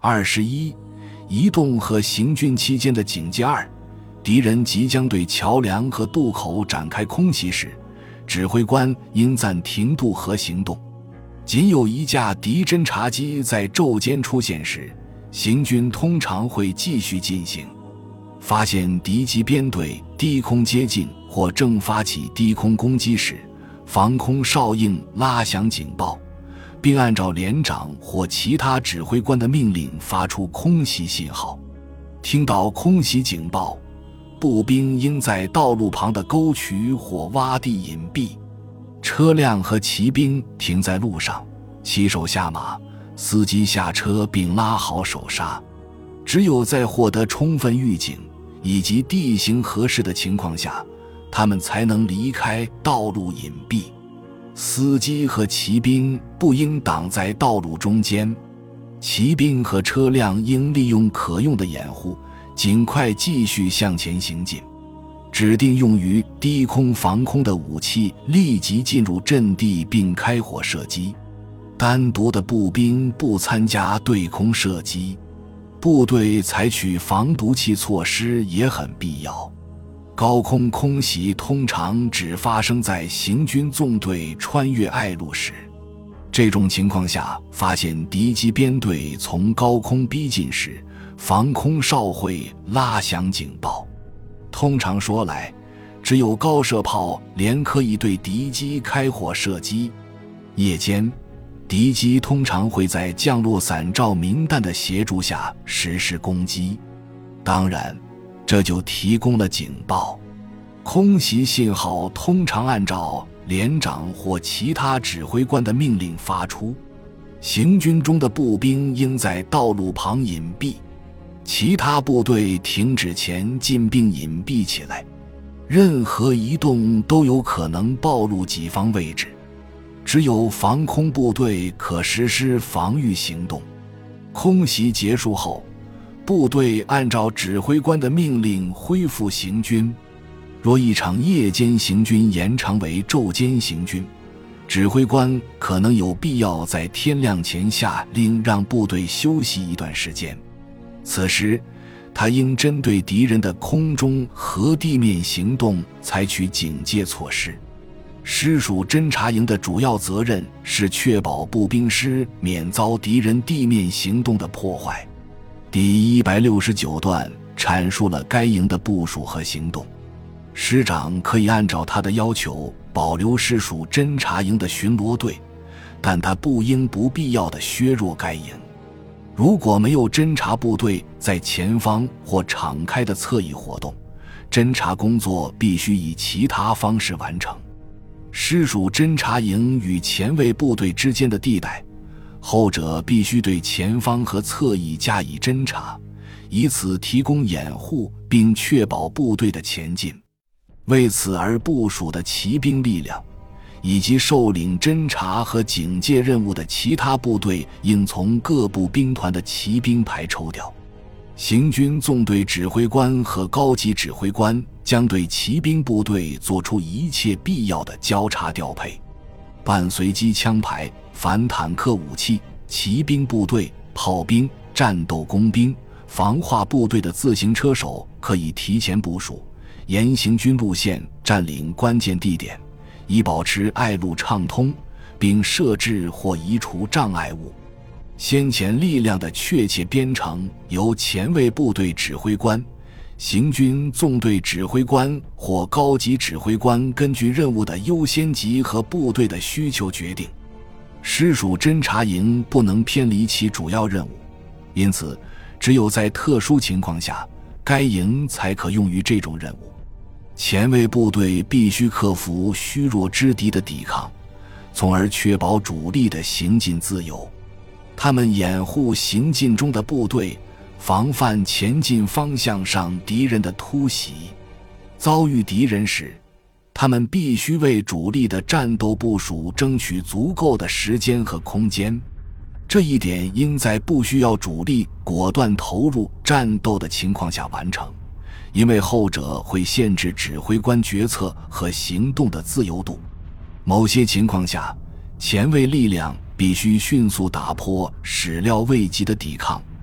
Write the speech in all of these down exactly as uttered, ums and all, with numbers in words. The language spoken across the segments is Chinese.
二十一、移动和行军期间的警戒。二、敌人即将对桥梁和渡口展开空袭时，指挥官应暂停渡河行动。仅有一架敌侦察机在昼间出现时，行军通常会继续进行。发现敌机编队低空接近或正发起低空攻击时，防空哨应拉响警报，并按照连长或其他指挥官的命令发出空袭信号。听到空袭警报，步兵应在道路旁的沟渠或洼地隐蔽。车辆和骑兵停在路上，骑手下马，司机下车并拉好手刹。只有在获得充分预警以及地形合适的情况下，他们才能离开道路隐蔽。司机和骑兵不应挡在道路中间，骑兵和车辆应利用可用的掩护，尽快继续向前行进。指定用于低空防空的武器立即进入阵地并开火射击。单独的步兵不参加对空射击。部队采取防毒气措施也很必要。高空空袭通常只发生在行军纵队穿越隘路时，这种情况下，发现敌机编队从高空逼近时，防空哨会拉响警报。通常说来，只有高射炮连可以对敌机开火射击。夜间，敌机通常会在降落伞照明弹的协助下实施攻击，当然，这就提供了警报。空袭信号通常按照连长或其他指挥官的命令发出。行军中的步兵应在道路旁隐蔽，其他部队停止前进并隐蔽起来。任何移动都有可能暴露己方位置。只有防空部队可实施防御行动。空袭结束后，部队按照指挥官的命令恢复行军。若一场夜间行军延长为昼间行军，指挥官可能有必要在天亮前下令让部队休息一段时间。此时，他应针对敌人的空中和地面行动采取警戒措施。师属侦察营的主要责任是确保步兵师免遭敌人地面行动的破坏。第一百六十九段阐述了该营的部署和行动。师长可以按照他的要求保留师属侦察营的巡逻队，但他不应不必要地削弱该营。如果没有侦察部队在前方或敞开的侧翼活动，侦察工作必须以其他方式完成。师属侦察营与前卫部队之间的地带，后者必须对前方和侧翼加以侦察，以此提供掩护并确保部队的前进。为此而部署的骑兵力量，以及受领侦察和警戒任务的其他部队应从各部兵团的骑兵排抽调。行军纵队指挥官和高级指挥官将对骑兵部队做出一切必要的交叉调配。伴随机枪排、反坦克武器、骑兵部队、炮兵、战斗工兵、防化部队的自行车手可以提前部署，沿行军路线占领关键地点，以保持隘路畅通，并设置或移除障碍物。先前力量的确切编程由前卫部队指挥官、行军纵队指挥官或高级指挥官根据任务的优先级和部队的需求决定。师属侦察营不能偏离其主要任务，因此只有在特殊情况下，该营才可用于这种任务。前卫部队必须克服虚弱之敌的抵抗，从而确保主力的行进自由。他们掩护行进中的部队，防范前进方向上敌人的突袭。遭遇敌人时，他们必须为主力的战斗部署争取足够的时间和空间。这一点应在不需要主力果断投入战斗的情况下完成，因为后者会限制指挥官决策和行动的自由度。某些情况下，前卫力量必须迅速打破始料未及的抵抗，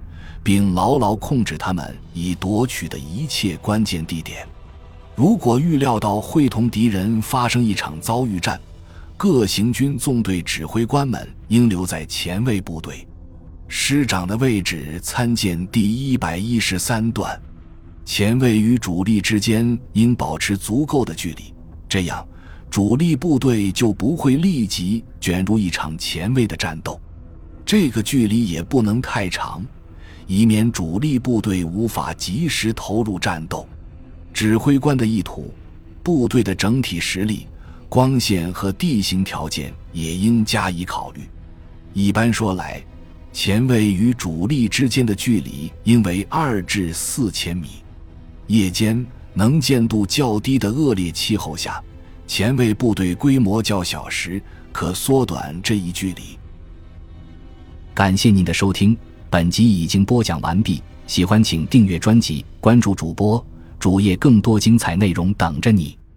并牢牢控制他们已夺取的一切关键地点。如果预料到会同敌人发生一场遭遇战，各行军纵队指挥官们应留在前卫部队。师长的位置参见第一百一十三段。前卫与主力之间应保持足够的距离，这样主力部队就不会立即卷入一场前卫的战斗。这个距离也不能太长，以免主力部队无法及时投入战斗。指挥官的意图、部队的整体实力、光线和地形条件也应加以考虑。一般说来，前卫与主力之间的距离应为二至四千米。夜间能见度较低的恶劣气候下，前卫部队规模较小时，可缩短这一距离。 感谢您的收听，本集已经播讲完毕。喜欢请订阅专辑，关注主播，主页更多精彩内容等着你。